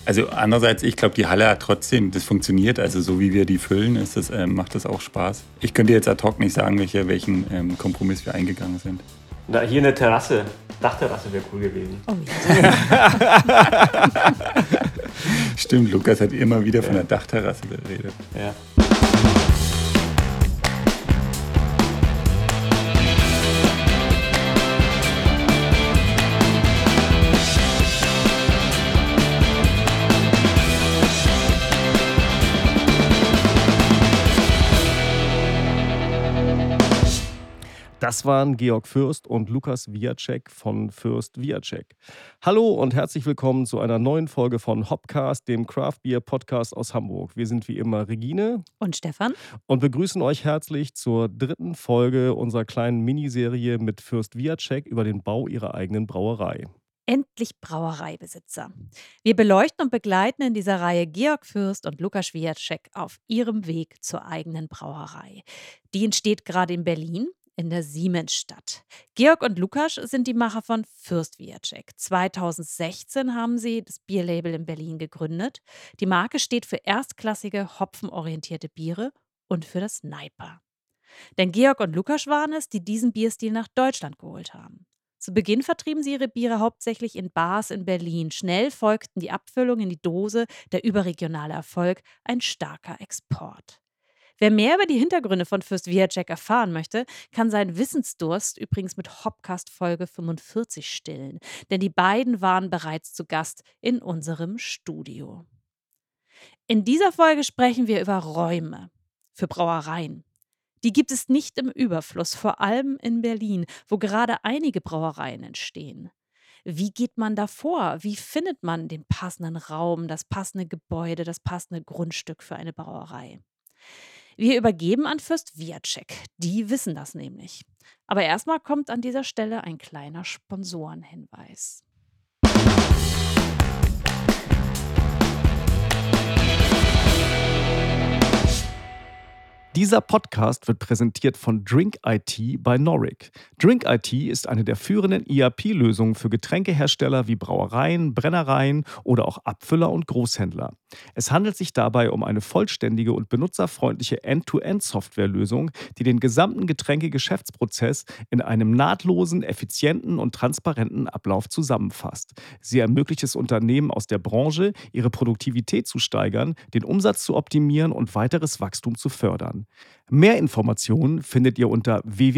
Also andererseits, ich glaube, die Halle hat trotzdem, das funktioniert. Also so wie wir die füllen, macht das auch Spaß. Ich könnte jetzt ad hoc nicht sagen, welchen Kompromiss wir eingegangen sind. Na, hier eine Terrasse, Dachterrasse wäre cool gewesen. Oh ja. Stimmt, Lukas hat immer wieder von der Dachterrasse geredet. Ja. Das waren Georg Fürst und Lukas Wiacek von Fürst Wiacek. Hallo und herzlich willkommen zu einer neuen Folge von Hopcast, dem Craft Beer Podcast aus Hamburg. Wir sind wie immer Regine und Stefan und begrüßen euch herzlich zur 3. Folge unserer kleinen Miniserie mit Fürst Wiacek über den Bau ihrer eigenen Brauerei. Endlich Brauereibesitzer. Wir beleuchten und begleiten in dieser Reihe Georg Fürst und Lukas Wiacek auf ihrem Weg zur eigenen Brauerei. Die entsteht gerade in Berlin, in der Siemensstadt. Georg und Lukas sind die Macher von Fürst Wiacek. 2016 haben sie das Bierlabel in Berlin gegründet. Die Marke steht für erstklassige, hopfenorientierte Biere und für das Neiper. Denn Georg und Lukas waren es, die diesen Bierstil nach Deutschland geholt haben. Zu Beginn vertrieben sie ihre Biere hauptsächlich in Bars in Berlin. Schnell folgten die Abfüllungen in die Dose, der überregionale Erfolg, ein starker Export. Wer mehr über die Hintergründe von Fürst Wiacek erfahren möchte, kann seinen Wissensdurst übrigens mit Hopcast Folge 45 stillen. Denn die beiden waren bereits zu Gast in unserem Studio. In dieser Folge sprechen wir über Räume für Brauereien. Die gibt es nicht im Überfluss, vor allem in Berlin, wo gerade einige Brauereien entstehen. Wie geht man da vor? Wie findet man den passenden Raum, das passende Gebäude, das passende Grundstück für eine Brauerei? Wir übergeben an Fürst Wiacek. Die wissen das nämlich. Aber erstmal kommt an dieser Stelle ein kleiner Sponsorenhinweis. Dieser Podcast wird präsentiert von Drink IT bei Noric. Drink IT ist eine der führenden ERP-Lösungen für Getränkehersteller wie Brauereien, Brennereien oder auch Abfüller und Großhändler. Es handelt sich dabei um eine vollständige und benutzerfreundliche End-to-End-Softwarelösung, die den gesamten Getränkegeschäftsprozess in einem nahtlosen, effizienten und transparenten Ablauf zusammenfasst. Sie ermöglicht es Unternehmen aus der Branche, ihre Produktivität zu steigern, den Umsatz zu optimieren und weiteres Wachstum zu fördern. Mehr Informationen findet ihr unter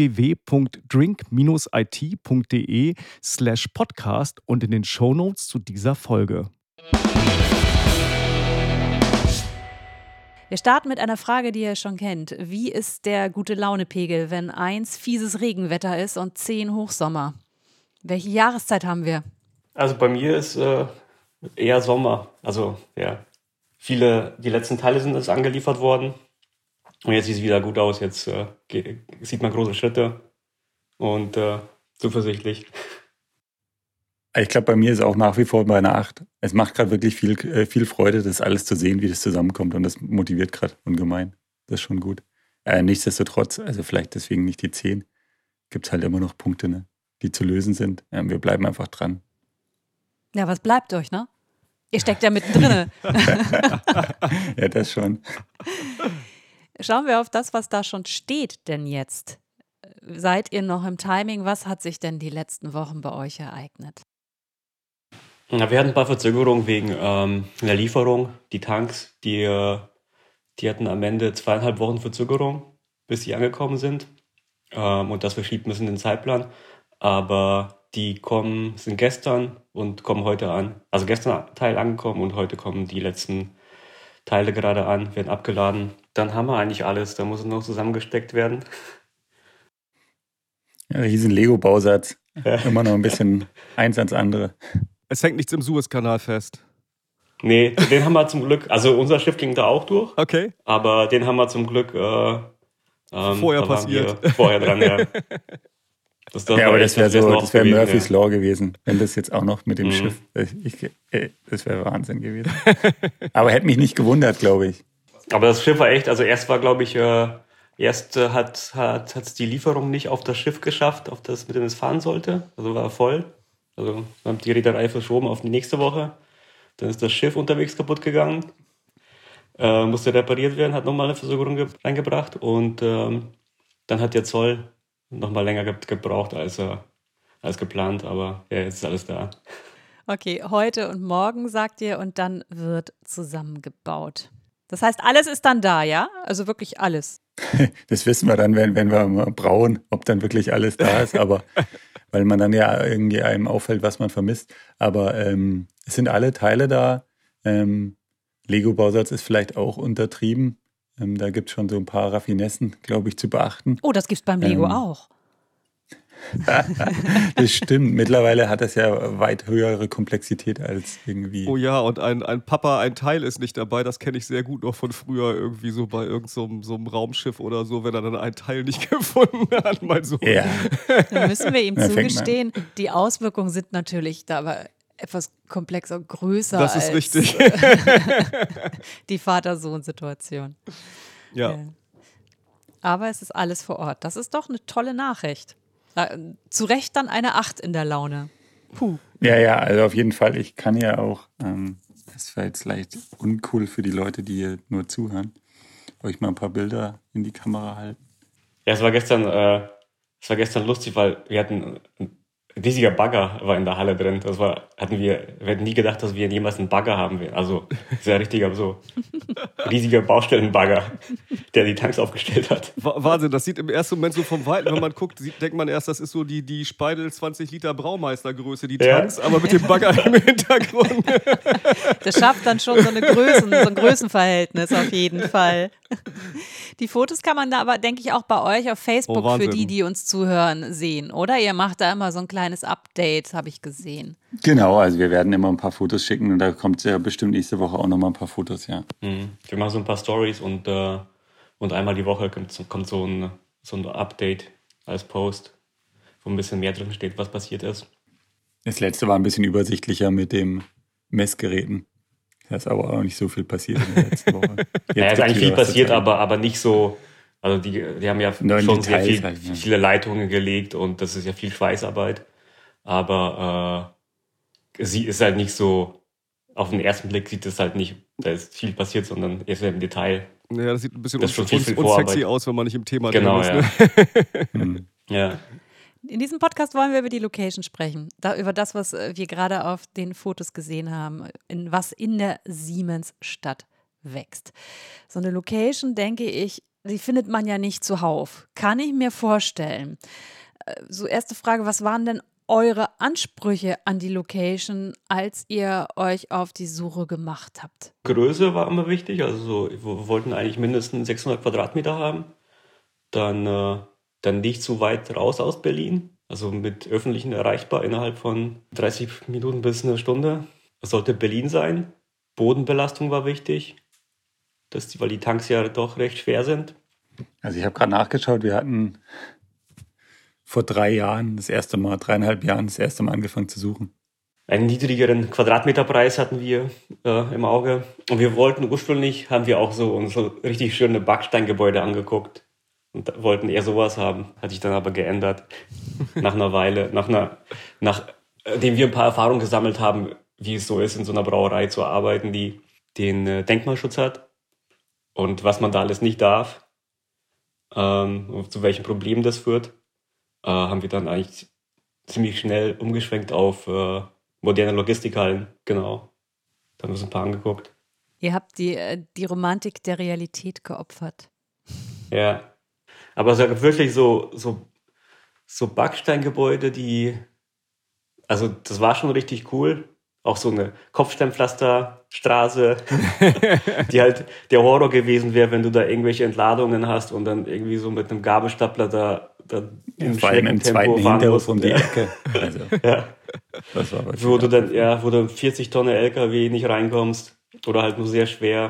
www.drink-it.de/podcast und in den Shownotes zu dieser Folge. Wir starten mit einer Frage, die ihr schon kennt. Wie ist der Gute-Laune-Pegel, wenn 1 fieses Regenwetter ist und 10 Hochsommer? Welche Jahreszeit haben wir? Also bei mir ist eher Sommer. Also ja, die letzten Teile sind jetzt angeliefert worden. Und jetzt sieht es wieder gut aus. Jetzt sieht man große Schritte und zuversichtlich. Ich glaube, bei mir ist auch nach wie vor bei einer 8. Es macht gerade wirklich viel Freude, das alles zu sehen, wie das zusammenkommt. Und das motiviert gerade ungemein. Das ist schon gut. Nichtsdestotrotz, also vielleicht deswegen nicht die 10, gibt es halt immer noch Punkte, ne, die zu lösen sind. Wir bleiben einfach dran. Ja, was bleibt euch, ne? Ihr steckt ja mittendrin. Ja, das schon. Schauen wir auf das, was da schon steht denn jetzt. Seid ihr noch im Timing? Was hat sich denn die letzten Wochen bei euch ereignet? Ja, wir hatten ein paar Verzögerungen wegen der Lieferung. Die Tanks, die hatten am Ende 2,5 Wochen Verzögerung, bis sie angekommen sind. Und das verschiebt ein bisschen den Zeitplan. Aber die sind gestern und kommen heute an. Also gestern Teil angekommen und heute kommen die letzten Teile gerade an, werden abgeladen. Dann haben wir eigentlich alles. Da muss es noch zusammengesteckt werden. Ja, riesen Lego-Bausatz. Ja. Immer noch ein bisschen eins ans andere. Es hängt nichts im Suezkanal fest. Nee, den haben wir zum Glück, also unser Schiff ging da auch durch. Okay. Aber den haben wir zum Glück vorher passiert. Vorher dran, ja. Das wäre Murphy's Law gewesen, wenn das jetzt auch noch mit dem Schiff, das wäre Wahnsinn gewesen. Aber hätte mich nicht gewundert, glaube ich. Aber das Schiff war echt, also erst war, glaube ich, hat es die Lieferung nicht auf das Schiff geschafft, auf das, mit dem es fahren sollte. Also war voll. Also wir haben die Reederei verschoben auf die nächste Woche. Dann ist das Schiff unterwegs kaputt gegangen, musste repariert werden, hat nochmal eine Verzögerung reingebracht und dann hat der Zoll nochmal länger gebraucht als geplant, aber ja, jetzt ist alles da. Okay, heute und morgen, sagt ihr, und dann wird zusammengebaut. Das heißt, alles ist dann da, ja? Also wirklich alles. Das wissen wir dann, wenn wir mal brauen, ob dann wirklich alles da ist, aber weil man dann ja irgendwie einem auffällt, was man vermisst. Aber es sind alle Teile da. Lego-Bausatz ist vielleicht auch untertrieben. Da gibt es schon so ein paar Raffinessen, glaube ich, zu beachten. Oh, das gibt's beim Lego auch. Das stimmt. Mittlerweile hat das ja weit höhere Komplexität als irgendwie. Oh ja, und ein Papa, ein Teil ist nicht dabei. Das kenne ich sehr gut noch von früher, irgendwie so bei irgendeinem so einem Raumschiff oder so, wenn er dann ein Teil nicht gefunden hat. Mein Sohn. Ja. Dann müssen wir ihm Da fängt zugestehen, die Auswirkungen sind natürlich da aber etwas komplexer, größer Das ist als richtig. die Vater-Sohn-Situation. Ja. Aber es ist alles vor Ort. Das ist doch eine tolle Nachricht. Zu Recht dann eine 8 in der Laune. Puh. Ja, also auf jeden Fall. Ich kann ja auch, das war jetzt leicht uncool für die Leute, die hier nur zuhören, euch mal ein paar Bilder in die Kamera halten. Ja, es war gestern lustig, weil wir hatten ein riesiger Bagger war in der Halle drin. Wir hätten nie gedacht, dass wir jemals einen Bagger haben werden. Also sehr richtiger, so riesiger Baustellenbagger, der die Tanks aufgestellt hat. Wahnsinn, das sieht im ersten Moment so vom Weiten, wenn man guckt, denkt man erst, das ist so die Speidel 20 Liter Braumeistergröße, die Tanks, aber mit dem Bagger im Hintergrund. Das schafft dann schon so ein Größenverhältnis auf jeden Fall. Die Fotos kann man da aber, denke ich, auch bei euch auf Facebook für die uns zuhören, sehen, oder? Ihr macht da immer so ein kleines Update, habe ich gesehen. Genau, also wir werden immer ein paar Fotos schicken und da kommt ja bestimmt nächste Woche auch nochmal ein paar Fotos, ja. Wir machen so ein paar Stories und einmal die Woche kommt so ein Update als Post, wo ein bisschen mehr drin steht, was passiert ist. Das letzte war ein bisschen übersichtlicher mit dem Messgeräten. Da ist aber auch nicht so viel passiert in der letzten Woche. Ja, ist eigentlich viel passiert, aber nicht so. Also die haben ja schon sehr viele Leitungen gelegt und das ist ja viel Schweißarbeit. Aber sie ist halt nicht so, auf den ersten Blick sieht es halt nicht, da ist viel passiert, sondern erst im Detail. Ja, das sieht ein bisschen unsexy aus, wenn man nicht im Thema drin ist. Ne? Ne? Ja. In diesem Podcast wollen wir über die Location sprechen, über das, was wir gerade auf den Fotos gesehen haben, was in der Siemensstadt wächst. So eine Location, denke ich, die findet man ja nicht zuhauf. Kann ich mir vorstellen. So erste Frage, was waren denn eure Ansprüche an die Location, als ihr euch auf die Suche gemacht habt? Größe war immer wichtig, also wir wollten eigentlich mindestens 600 Quadratmeter haben. Dann nicht zu weit raus aus Berlin, also mit Öffentlichen erreichbar innerhalb von 30 Minuten bis eine Stunde. Es sollte Berlin sein. Bodenbelastung war wichtig, weil die Tanks ja doch recht schwer sind. Also ich habe gerade nachgeschaut, wir hatten vor 3,5 Jahren das erste Mal angefangen zu suchen. Einen niedrigeren Quadratmeterpreis hatten wir im Auge. Und wir wollten ursprünglich, haben wir auch so uns so richtig schöne Backsteingebäude angeguckt. Und wollten eher sowas haben, hat sich dann aber geändert. Nach einer Weile, nachdem wir ein paar Erfahrungen gesammelt haben, wie es so ist, in so einer Brauerei zu arbeiten, die den Denkmalschutz hat und was man da alles nicht darf, und zu welchen Problemen das führt, haben wir dann eigentlich ziemlich schnell umgeschwenkt auf moderne Logistikhallen. Genau. Dann haben wir uns ein paar angeguckt. Ihr habt die Romantik der Realität geopfert. Ja. Aber es gab wirklich so Backsteingebäude, also das war schon richtig cool. Auch so eine Kopfsteinpflasterstraße, die halt der Horror gewesen wäre, wenn du da irgendwelche Entladungen hast und dann irgendwie so mit einem Gabelstapler da im Schneckentempo fahren musst. Um die Ecke. Also, ja. Das war aber wo du 40 Tonnen LKW nicht reinkommst oder halt nur sehr schwer.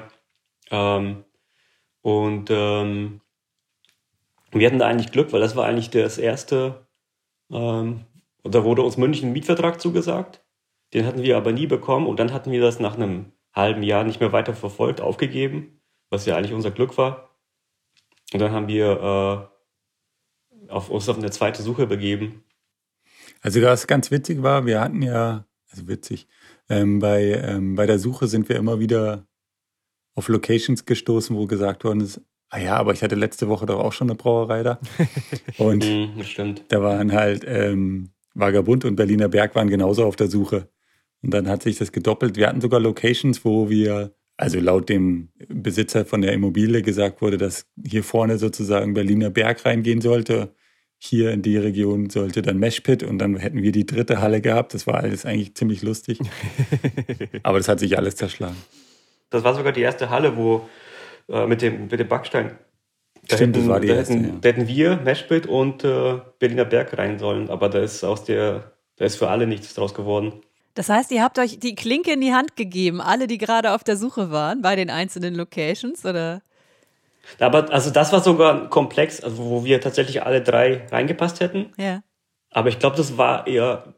Wir hatten da eigentlich Glück, weil das war eigentlich das erste, und da wurde uns München ein Mietvertrag zugesagt. Den hatten wir aber nie bekommen und dann hatten wir das nach einem halben Jahr nicht mehr weiter verfolgt, aufgegeben, was ja eigentlich unser Glück war. Und dann haben wir uns auf eine zweite Suche begeben. Also was ganz witzig war, wir hatten ja, Also witzig. Bei der Suche sind wir immer wieder auf Locations gestoßen, wo gesagt worden ist, ah ja, aber ich hatte letzte Woche doch auch schon eine Brauerei da. Und Das stimmt. da waren halt Vagabund und Berliner Berg waren genauso auf der Suche. Und dann hat sich das gedoppelt. Wir hatten sogar Locations, wo wir, also laut dem Besitzer von der Immobilie gesagt wurde, dass hier vorne sozusagen Berliner Berg reingehen sollte. Hier in die Region sollte dann Meshpit und dann hätten wir die dritte Halle gehabt. Das war alles eigentlich ziemlich lustig. Aber das hat sich alles zerschlagen. Das war sogar die erste Halle, wo mit dem Backstein. Stimmt, das war die da erste. Da hätten wir, Meshpit und Berliner Berg rein sollen, aber da ist für alle nichts draus geworden. Das heißt, ihr habt euch die Klinke in die Hand gegeben, alle, die gerade auf der Suche waren, bei den einzelnen Locations, oder? Aber also das war sogar ein Komplex, also wo wir tatsächlich alle 3 reingepasst hätten. Ja. Aber ich glaube, das war eher,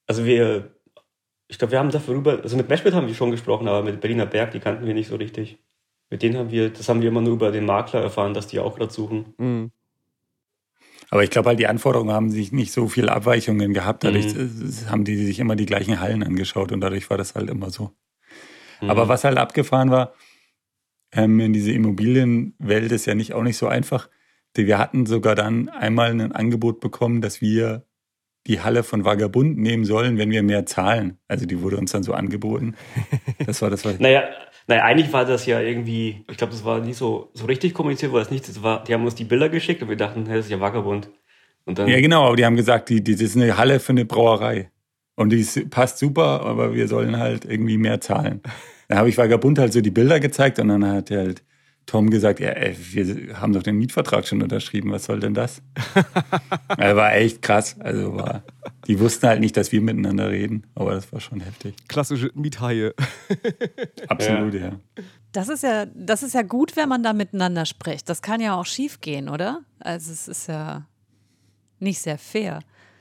ich glaube, wir haben darüber, also mit Meshpit haben wir schon gesprochen, aber mit Berliner Berg, die kannten wir nicht so richtig. Mit denen haben wir immer nur über den Makler erfahren, dass die auch gerade suchen. Mhm. Aber ich glaube halt, die Anforderungen haben sich nicht so viele Abweichungen gehabt. Dadurch haben die sich immer die gleichen Hallen angeschaut und dadurch war das halt immer so. Aber was halt abgefahren war, in diese Immobilienwelt ist ja auch nicht so einfach. Wir hatten sogar dann einmal ein Angebot bekommen, dass wir die Halle von Vagabund nehmen sollen, wenn wir mehr zahlen. Also die wurde uns dann so angeboten. Das war das. Naja, eigentlich war das ja irgendwie, ich glaube, das war nicht so richtig kommuniziert, war das nicht. Die haben uns die Bilder geschickt und wir dachten, hey, das ist ja Vagabund. Und dann, ja, genau, aber die haben gesagt, das ist eine Halle für eine Brauerei. Und passt super, aber wir sollen halt irgendwie mehr zahlen. Da habe ich Vagabund halt so die Bilder gezeigt und dann hat halt Tom gesagt, ja, wir haben doch den Mietvertrag schon unterschrieben, was soll denn das? Also war echt krass. Also die wussten halt nicht, dass wir miteinander reden, aber das war schon heftig. Klassische Miethaie. Absolut, ja. Das ist ja gut, wenn man da miteinander spricht. Das kann ja auch schief gehen, oder? Also es ist ja nicht sehr fair.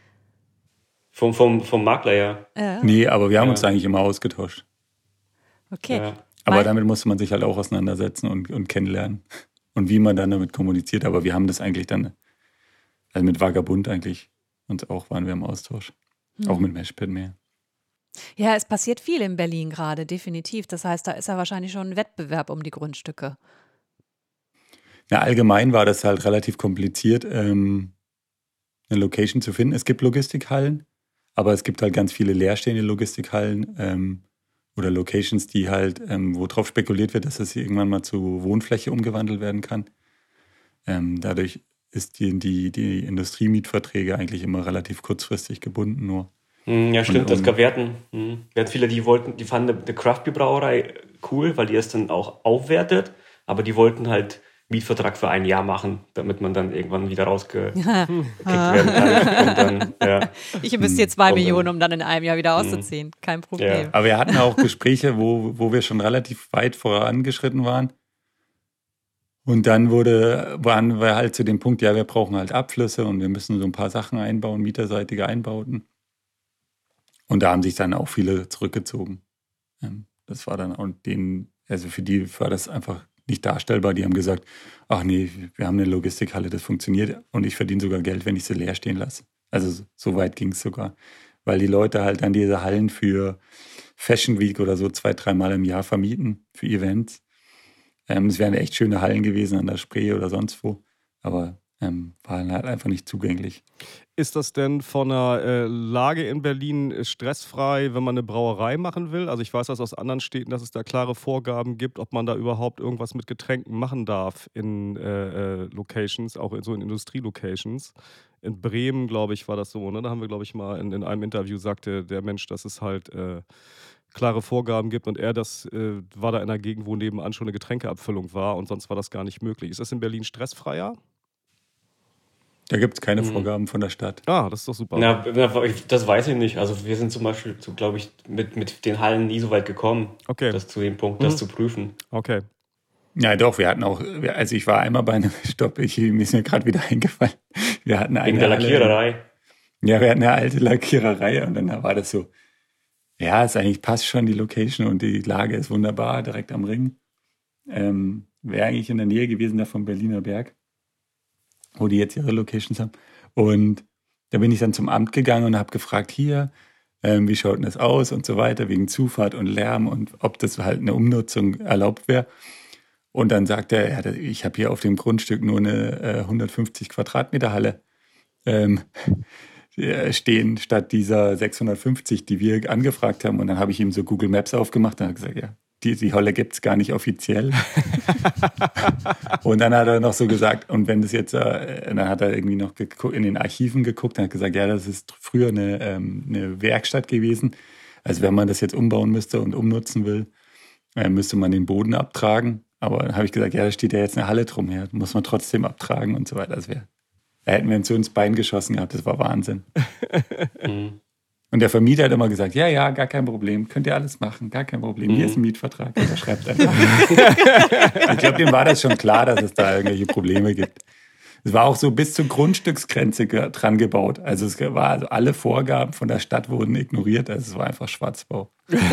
Vom Makler, ja. Nee, aber wir haben uns eigentlich immer ausgetauscht. Okay. Ja. Aber damit musste man sich halt auch auseinandersetzen und kennenlernen. Und wie man dann damit kommuniziert. Aber wir haben das eigentlich dann, also mit Vagabund eigentlich, waren wir im Austausch. Auch mit Meshpit mehr. Ja, es passiert viel in Berlin gerade, definitiv. Das heißt, da ist ja wahrscheinlich schon ein Wettbewerb um die Grundstücke. Ja, allgemein war das halt relativ kompliziert, eine Location zu finden. Es gibt Logistikhallen, aber es gibt halt ganz viele leerstehende Logistikhallen oder Locations, die halt, wo drauf spekuliert wird, dass das hier irgendwann mal zu Wohnfläche umgewandelt werden kann. Dadurch ist die Industriemietverträge eigentlich immer relativ kurzfristig gebunden nur. Ja, stimmt. Wir hatten viele, die fanden eine Craft-Bier-Brauerei cool, weil die es dann auch aufwertet, aber die wollten halt Mietvertrag für ein Jahr machen, damit man dann irgendwann wieder rausgekickt werden kann. Und dann, ich investiere 2 Millionen, um dann in einem Jahr wieder auszuziehen. Kein Problem. Ja. Aber wir hatten auch Gespräche, wo wir schon relativ weit vorangeschritten waren. Und dann waren wir halt zu dem Punkt, ja, wir brauchen halt Abflüsse und wir müssen so ein paar Sachen einbauen, mieterseitige Einbauten. Und da haben sich dann auch viele zurückgezogen. Das war dann, also für die war das einfach nicht darstellbar. Die haben gesagt, ach nee, wir haben eine Logistikhalle, das funktioniert und ich verdiene sogar Geld, wenn ich sie leer stehen lasse. Also so weit ging es sogar. Weil die Leute halt dann diese Hallen für Fashion Week oder so 2-3 Mal im Jahr vermieten für Events. Es wären echt schöne Hallen gewesen an der Spree oder sonst wo, aber waren halt einfach nicht zugänglich. Ist das denn von der Lage in Berlin stressfrei, wenn man eine Brauerei machen will? Also ich weiß das aus anderen Städten, dass es da klare Vorgaben gibt, ob man da überhaupt irgendwas mit Getränken machen darf in Locations, auch in Industrielocations. In Bremen, glaube ich, war das so. Ne? Da haben wir, glaube ich, mal in einem Interview sagte der Mensch, dass es halt klare Vorgaben gibt und das war da in einer Gegend, wo nebenan schon eine Getränkeabfüllung war und sonst war das gar nicht möglich. Ist das in Berlin stressfreier? Da gibt es keine Vorgaben von der Stadt. Ah, das ist doch super. Das weiß ich nicht. Also wir sind zum Beispiel, glaube ich, mit den Hallen nie so weit gekommen, zu dem Punkt, das zu prüfen. Okay. Ja, doch, wir hatten auch, also ich war einmal bei einem Stopp, mir ist mir gerade wieder eingefallen. Wir hatten wegen der Lackiererei. Ja, wir hatten eine alte Lackiererei und dann war das so, ja, es eigentlich passt schon, die Location und die Lage ist wunderbar, direkt am Ring. Wäre eigentlich in der Nähe gewesen da vom Berliner Berg, wo die jetzt ihre Locations haben. Und da bin ich dann zum Amt gegangen und habe gefragt, hier, wie schaut denn das aus und so weiter, wegen Zufahrt und Lärm und ob das halt eine Umnutzung erlaubt wäre. Und dann sagt er, ja, ich habe hier auf dem Grundstück nur eine 150 Quadratmeter Halle stehen, statt dieser 650, die wir angefragt haben. Und dann habe ich ihm so Google Maps aufgemacht und habe gesagt, ja, die Halle gibt es gar nicht offiziell. Und dann hat er noch so gesagt, und wenn das jetzt, dann hat er irgendwie noch in den Archiven geguckt und hat gesagt, ja, das ist früher eine Werkstatt gewesen. Also wenn man das jetzt umbauen müsste und umnutzen will, müsste man den Boden abtragen. Aber dann habe ich gesagt, ja, da steht ja jetzt eine Halle drum her, muss man trotzdem abtragen und so weiter. Da hätten wir uns so ins Bein geschossen gehabt, das war Wahnsinn. Und der Vermieter hat immer gesagt, ja, gar kein Problem, könnt ihr alles machen, gar kein Problem. Hier ist ein Mietvertrag, unterschreibt einfach. Ich glaube, dem war das schon klar, dass es da irgendwelche Probleme gibt. Es war auch so bis zur Grundstücksgrenze dran gebaut. Also alle Vorgaben von der Stadt wurden ignoriert. Also es war einfach Schwarzbau.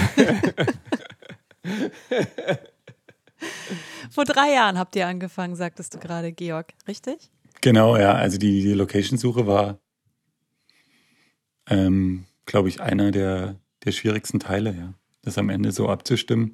Vor 3 Jahren habt ihr angefangen, sagtest du gerade, Georg, richtig? Genau, ja. Also die Location-Suche war, glaube ich, einer der schwierigsten Teile, ja. Das am Ende so abzustimmen.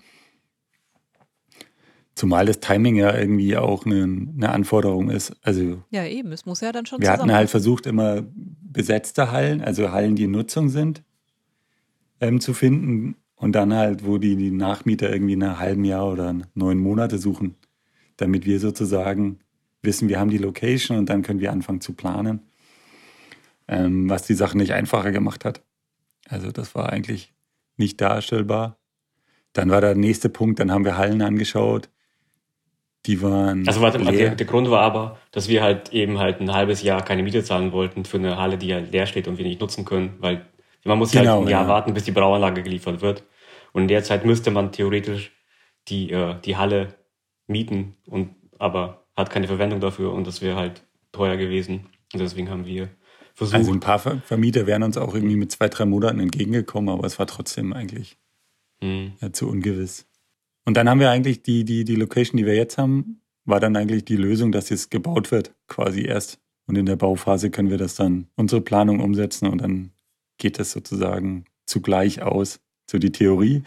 Zumal das Timing ja irgendwie auch eine Anforderung ist. Also Ja, eben, es muss ja dann schon wir hatten halt versucht, immer besetzte Hallen, also Hallen, die in Nutzung sind, zu finden. Und dann halt, wo die Nachmieter irgendwie in einem halben Jahr oder 9 Monate suchen, damit wir sozusagen wissen, wir haben die Location und dann können wir anfangen zu planen, was die Sache nicht einfacher gemacht hat. Also das war eigentlich nicht darstellbar. Dann war der nächste Punkt, dann haben wir Hallen angeschaut, die waren Also warte, leer. der Grund war aber, dass wir halt eben halt ein halbes Jahr keine Miete zahlen wollten für eine Halle, die ja leer steht und wir nicht nutzen können, weil man muss Genau, halt ein Jahr ja. warten, bis die Brauanlage geliefert wird. Und in der Zeit müsste man theoretisch die Halle mieten, aber hat keine Verwendung dafür und das wäre halt teuer gewesen. Und deswegen haben wir versucht. Also ein paar Vermieter wären uns auch irgendwie mit 2-3 Monaten entgegengekommen, aber es war trotzdem eigentlich zu ungewiss. Und dann haben wir eigentlich die Location, die wir jetzt haben, war dann eigentlich die Lösung, dass jetzt gebaut wird, quasi erst. Und in der Bauphase können wir das dann, unsere Planung umsetzen und dann geht das sozusagen zugleich aus. So die Theorie.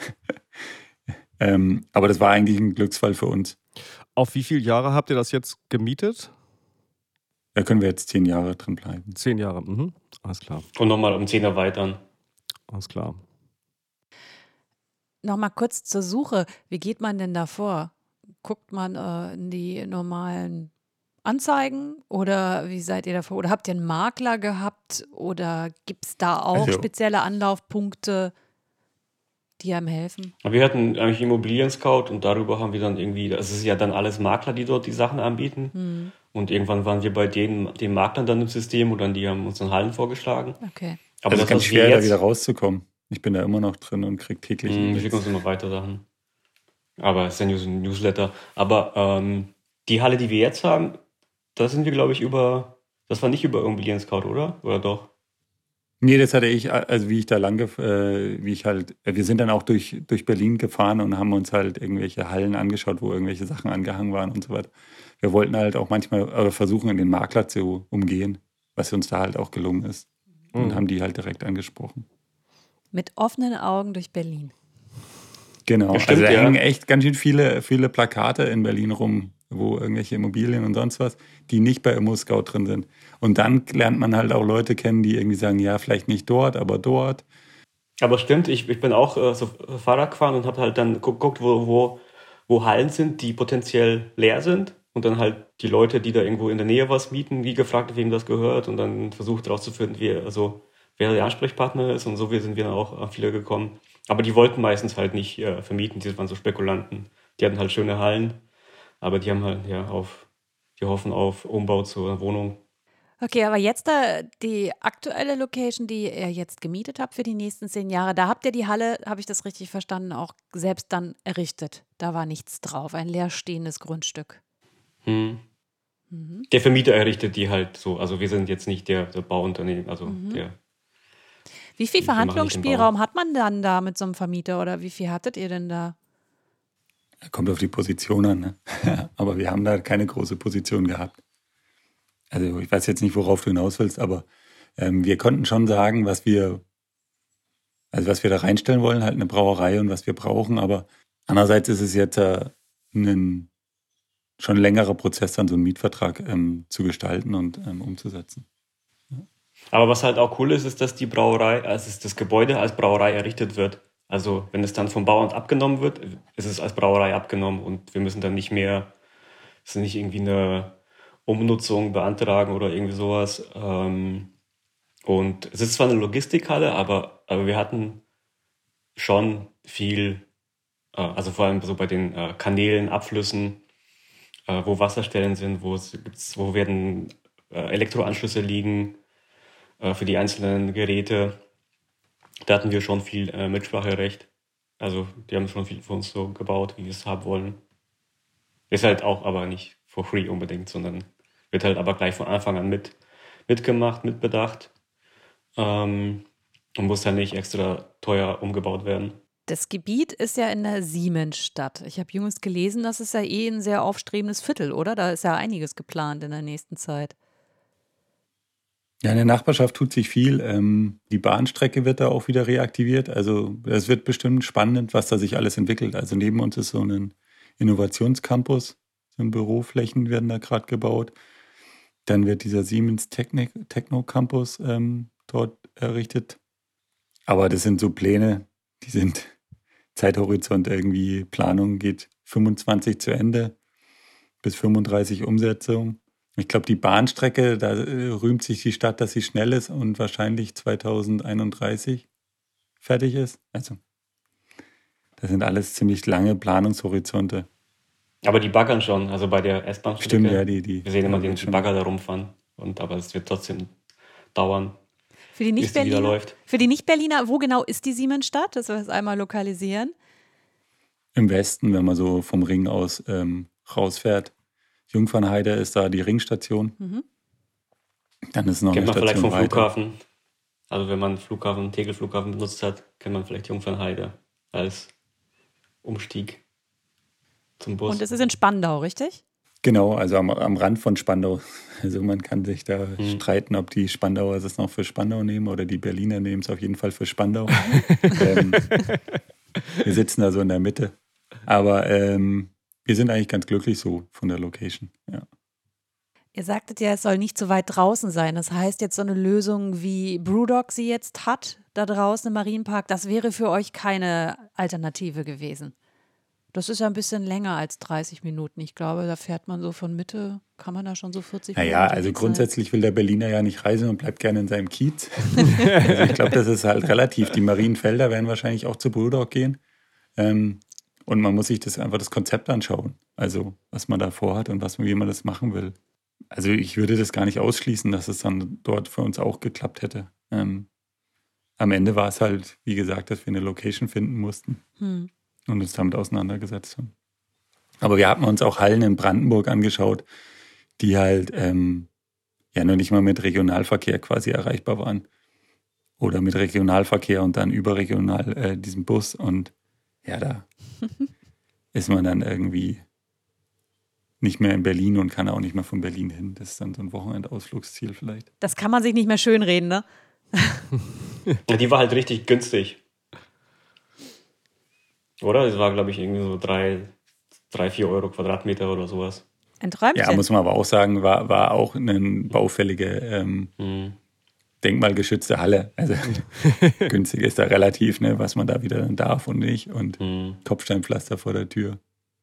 Aber das war eigentlich ein Glücksfall für uns. Auf wie viele Jahre habt ihr das jetzt gemietet? Da können wir jetzt 10 Jahre drin bleiben. 10 Jahre, alles klar. Und nochmal um 10 erweitern. Alles klar. Nochmal kurz zur Suche. Wie geht man denn da vor? Guckt man in die normalen Anzeigen oder wie seid ihr davor? Oder habt ihr einen Makler gehabt oder gibt es da auch Also- spezielle Anlaufpunkte, die einem helfen? Wir hatten eigentlich Immobilien-Scout und darüber haben wir dann irgendwie, das ist ja dann alles Makler, die dort die Sachen anbieten. Und irgendwann waren wir bei den Maklern dann im System und dann die haben uns dann Hallen vorgeschlagen. Okay. Aber Also das, ganz was wir schwer, da jetzt, wieder rauszukommen. Ich bin da immer noch drin und kriege täglich wir E-Mails. schicken uns immer weiter Sachen. Aber es ist ja nur so ein Newsletter. Aber die Halle, die wir jetzt haben, da sind wir, glaube ich, das war nicht über Immobilien-Scout, oder? Oder doch? Nee, das hatte ich, also wir sind dann auch durch Berlin gefahren und haben uns halt irgendwelche Hallen angeschaut, wo irgendwelche Sachen angehangen waren und so weiter. Wir wollten halt auch manchmal versuchen, den Makler zu umgehen, was uns da halt auch gelungen ist. Und haben die halt direkt angesprochen. Mit offenen Augen durch Berlin. Genau, Ja, stimmt, also da ja. hängen echt ganz schön viele Plakate in Berlin rum, wo irgendwelche Immobilien und sonst was, die nicht bei ImmoScout drin sind. Und dann lernt man halt auch Leute kennen, die irgendwie sagen, ja, vielleicht nicht dort, aber dort. Aber stimmt, ich bin auch so Fahrrad gefahren und habe halt dann geguckt, wo Hallen sind, die potenziell leer sind. Und dann halt die Leute, die da irgendwo in der Nähe was mieten, die gefragt, wem das gehört. Und dann versucht herauszufinden, wer der Ansprechpartner ist. Und so sind wir dann auch an viele gekommen. Aber die wollten meistens halt nicht vermieten, die waren so Spekulanten. Die hatten halt schöne Hallen, aber die haben halt die hoffen auf Umbau zur Wohnung. Okay, aber jetzt die aktuelle Location, die ihr jetzt gemietet habt für die nächsten 10 Jahre, da habt ihr die Halle, habe ich das richtig verstanden, auch selbst dann errichtet. Da war nichts drauf, ein leerstehendes Grundstück. Der Vermieter errichtet die halt so. Also wir sind jetzt nicht der Bauunternehmen, also der. Wie viel Wir machen nicht den Verhandlungsspielraum hat man dann da mit so einem Vermieter oder wie viel hattet ihr denn da? Kommt auf die Position an, ne? Aber wir haben da keine große Position gehabt. Also ich weiß jetzt nicht, worauf du hinaus willst, aber wir konnten schon sagen, was wir Also was wir da reinstellen wollen, halt eine Brauerei und was wir brauchen. Aber andererseits ist es jetzt ein schon längerer Prozess, dann so einen Mietvertrag zu gestalten und umzusetzen. Aber was halt auch cool ist, ist, dass die Brauerei, also das Gebäude als Brauerei errichtet wird. Also wenn es dann vom Bauamt abgenommen wird, ist es als Brauerei abgenommen und wir müssen dann nicht mehr, es ist nicht irgendwie eine Umnutzung beantragen oder irgendwie sowas. Und es ist zwar eine Logistikhalle, aber wir hatten schon viel, also vor allem so bei den Kanälen, Abflüssen, wo Wasserstellen sind, wo werden Elektroanschlüsse liegen für die einzelnen Geräte. Da hatten wir schon viel Mitspracherecht. Also die haben schon viel für uns so gebaut, wie wir es haben wollen. Ist halt auch aber nicht for free unbedingt, sondern wird halt aber gleich von Anfang an mitgemacht, mitbedacht. Und muss dann nicht extra teuer umgebaut werden. Das Gebiet ist ja in der Siemensstadt. Ich habe jüngst gelesen, das ist ja ein sehr aufstrebendes Viertel, oder? Da ist ja einiges geplant in der nächsten Zeit. Ja, in der Nachbarschaft tut sich viel. Die Bahnstrecke wird da auch wieder reaktiviert. Also es wird bestimmt spannend, was da sich alles entwickelt. Also neben uns ist so ein Innovationscampus. So Büroflächen werden da gerade gebaut. Dann wird dieser Siemens Techno-Campus dort errichtet. Aber das sind so Pläne, die sind Zeithorizont irgendwie, Planung geht 25 zu Ende, bis 35 Umsetzung. Ich glaube, die Bahnstrecke, da rühmt sich die Stadt, dass sie schnell ist und wahrscheinlich 2031 fertig ist. Also, das sind alles ziemlich lange Planungshorizonte. Aber die baggern schon, also bei der S-Bahn-Strecke. Stimmt, ja, wir sehen immer den Bagger da rumfahren. Aber es wird trotzdem dauern, Für die bis die wieder Nicht-Berliner, läuft. für die Nicht-Berliner, wo genau ist die Siemensstadt? Das wir es einmal lokalisieren. Im Westen, wenn man so vom Ring aus rausfährt. Jungfernheide ist da die Ringstation. Dann ist noch Kennt eine man vielleicht Station vom weiter. Flughafen. Also wenn man Tegel-Flughafen benutzt hat, kennt man vielleicht Jungfernheide als Umstieg zum Bus. Und es ist in Spandau, richtig? Genau, also am Rand von Spandau. Also man kann sich da streiten, ob die Spandauer es noch für Spandau nehmen oder die Berliner nehmen es auf jeden Fall für Spandau. Wir sitzen da so in der Mitte. Aber wir sind eigentlich ganz glücklich so von der Location. Ja. Ihr sagtet ja, es soll nicht zu weit draußen sein. Das heißt, jetzt so eine Lösung wie Brewdog sie jetzt hat, da draußen im Marienpark, das wäre für euch keine Alternative gewesen. Das ist ja ein bisschen länger als 30 Minuten. Ich glaube, da fährt man so von Mitte, kann man da schon so 40 Minuten Naja, also unterwegs sein? grundsätzlich will der Berliner ja nicht reisen und bleibt gerne in seinem Kiez. Also ich glaube, das ist halt relativ. Die Marienfelder werden wahrscheinlich auch zu Brewdog gehen. Und man muss sich einfach das Konzept anschauen. Also was man da vorhat und wie man das machen will. Also ich würde das gar nicht ausschließen, dass es dann dort für uns auch geklappt hätte. Am Ende war es halt, wie gesagt, dass wir eine Location finden mussten und uns damit auseinandergesetzt haben. Aber wir haben uns auch Hallen in Brandenburg angeschaut, die halt ja noch nicht mal mit Regionalverkehr quasi erreichbar waren. Oder mit Regionalverkehr und dann überregional diesen Bus. Und ja, da ist man dann irgendwie nicht mehr in Berlin und kann auch nicht mehr von Berlin hin. Das ist dann so ein Wochenendausflugsziel vielleicht. Das kann man sich nicht mehr schönreden, ne? Ja, die war halt richtig günstig. Oder? Das war, glaube ich, irgendwie so 3-4 Euro Quadratmeter oder sowas. Ein Träumchen. Ja, muss man aber auch sagen, war auch eine baufällige, denkmalgeschützte Halle. Also günstig ist da relativ, ne, was man da wieder darf und nicht. Und Kopfsteinpflaster vor der Tür.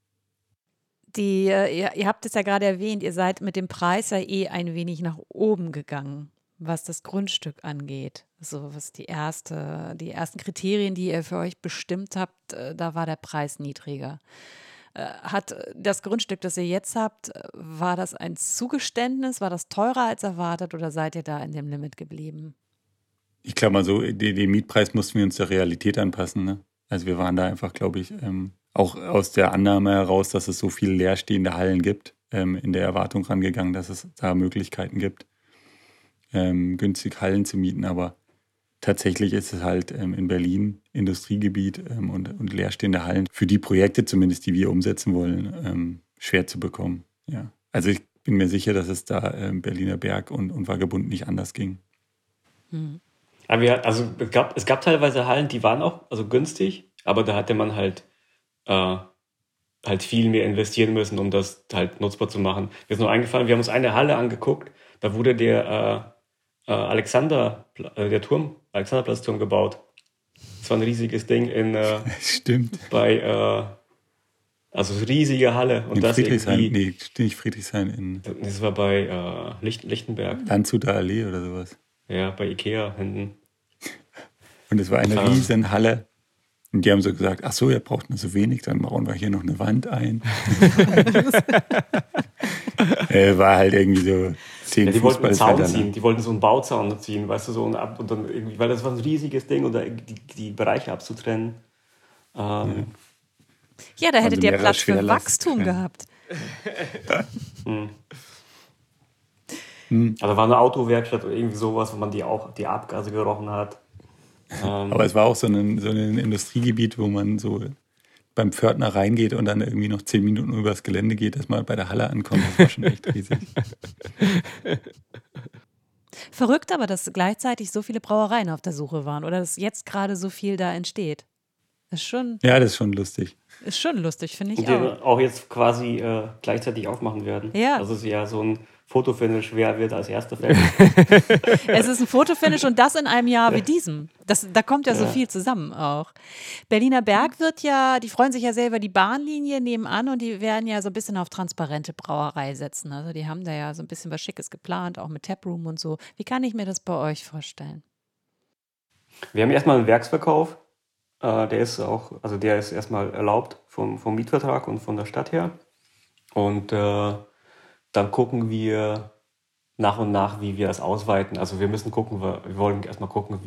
Ihr habt es ja gerade erwähnt, ihr seid mit dem Preis ja ein wenig nach oben gegangen, was das Grundstück angeht. So was die ersten Kriterien, die ihr für euch bestimmt habt, da war der Preis niedriger. Hat das Grundstück, das ihr jetzt habt, war das ein Zugeständnis? War das teurer als erwartet oder seid ihr da in dem Limit geblieben? Ich glaube mal so, den Mietpreis mussten wir uns der Realität anpassen. Ne? Also wir waren da einfach, glaube ich, auch aus der Annahme heraus, dass es so viele leerstehende Hallen gibt, in der Erwartung rangegangen, dass es da Möglichkeiten gibt, günstig Hallen zu mieten. Aber tatsächlich ist es halt in Berlin Industriegebiet und leerstehende Hallen für die Projekte zumindest, die wir umsetzen wollen, schwer zu bekommen. Ja. Also ich bin mir sicher, dass es da Berliner Berg und Vagabund nicht anders ging. Aber es gab teilweise Hallen, die waren auch also günstig, aber da hatte man halt viel mehr investieren müssen, um das halt nutzbar zu machen. Mir ist nur eingefallen, wir haben uns eine Halle angeguckt, da wurde der Alexanderplatzturm gebaut. Das war ein riesiges Ding Stimmt. also riesige Halle. Und In das Friedrichshain, irgendwie, nicht Friedrichshain, das war bei Lichtenberg, Landshuter Allee oder sowas. ja, bei Ikea hinten. Und es war eine Krass. riesen Halle. Und die haben so gesagt, ach so, ihr braucht nur so wenig, dann bauen wir hier noch eine Wand ein. War halt irgendwie so 10 Ja, die wollten einen Zaun Fußballfelder. ziehen, die wollten so einen Bauzaun ziehen, weißt du, so und dann irgendwie, weil das war ein riesiges Ding, oder die Bereiche abzutrennen. Ja, da hättet Also ihr mehrere Platz für Schwerlast- Wachstum ja. gehabt. Also war eine Autowerkstatt oder irgendwie sowas, wo man die Abgase gerochen hat. Aber es war auch so ein Industriegebiet, wo man so beim Pförtner reingeht und dann irgendwie noch 10 Minuten übers Gelände geht, dass man bei der Halle ankommt. Das war schon echt riesig. Verrückt aber, dass gleichzeitig so viele Brauereien auf der Suche waren oder dass jetzt gerade so viel da entsteht. Das ist schon Ja, das ist schon lustig. lustig, finde ich Und die auch. auch jetzt quasi gleichzeitig aufmachen werden. Ja. Also es ist ja so ein Fotofinish, wer wird als erster fertig. Es ist ein Fotofinish und das in einem Jahr wie diesem. Da kommt ja so viel zusammen auch. Berliner Berg die freuen sich ja sehr über die Bahnlinie nebenan und die werden ja so ein bisschen auf transparente Brauerei setzen. Also die haben da ja so ein bisschen was Schickes geplant, auch mit Taproom und so. Wie kann ich mir das bei euch vorstellen? Wir haben erstmal einen Werksverkauf. Der ist erstmal erlaubt vom Mietvertrag und von der Stadt her. Und dann gucken wir nach und nach, wie wir das ausweiten. Also wir wollen erstmal gucken,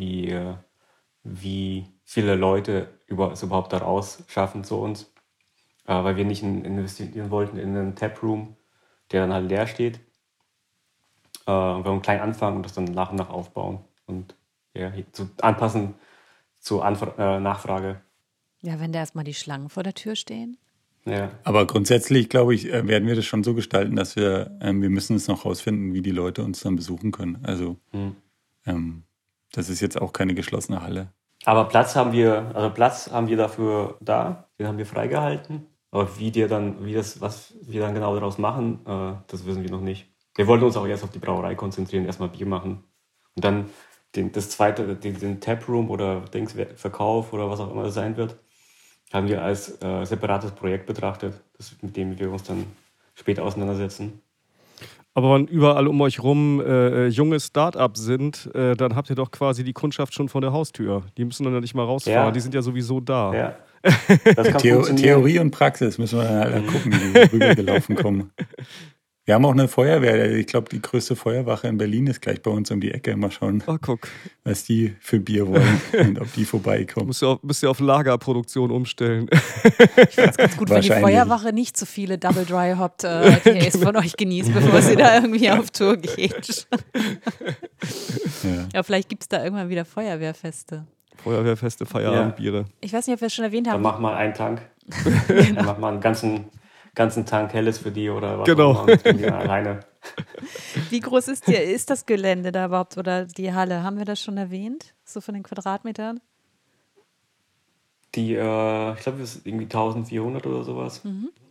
wie viele Leute es überhaupt da raus schaffen zu uns. Weil wir nicht investieren wollten in einen Taproom, der dann halt leer steht. Wir wollen klein anfangen und das dann nach und nach aufbauen und anpassen zur Nachfrage. Ja, wenn da erstmal die Schlangen vor der Tür stehen. Ja. Aber grundsätzlich, glaube ich, werden wir das schon so gestalten, dass wir müssen es noch rausfinden, wie die Leute uns dann besuchen können. Also das ist jetzt auch keine geschlossene Halle. Aber Platz haben wir dafür da, den haben wir freigehalten. Aber was wir dann genau daraus machen, das wissen wir noch nicht. Wir wollten uns auch erst auf die Brauerei konzentrieren, erstmal Bier machen. Und dann das zweite, den Taproom oder Verkauf oder was auch immer das sein wird, haben wir als separates Projekt betrachtet, mit dem wir uns dann später auseinandersetzen. Aber wenn überall um euch rum junge Start-ups sind, dann habt ihr doch quasi die Kundschaft schon vor der Haustür. Die müssen dann ja nicht mal rausfahren, Ja. die sind ja sowieso da. Ja. Das kann funktionieren. Theorie und Praxis müssen wir dann halt gucken, wie wir rübergelaufen kommen. Wir haben auch eine Feuerwehr. Ich glaube, die größte Feuerwache in Berlin ist gleich bei uns um die Ecke. Mal schauen, Ah, guck. was die für Bier wollen und ob die vorbeikommen. Müsst ihr auf Lagerproduktion umstellen. Ganz gut, wenn die Wahrscheinlich. Feuerwache nicht so viele Double Dry Hopped IPAs von euch genießt, bevor sie da irgendwie auf Tour geht. Ja. Ja, vielleicht gibt es da irgendwann wieder Feuerwehrfeste. Feuerwehrfeste Feierabendbiere. Ich weiß nicht, ob wir es schon erwähnt Dann haben. mach mal einen Tank. Dann mach mal einen ganzen Tank Helles für die oder was Genau. auch immer. Und die alleine. Wie groß ist das Gelände da überhaupt oder die Halle? Haben wir das schon erwähnt? So von den Quadratmetern? Ich glaube, das ist irgendwie 1400 oder sowas.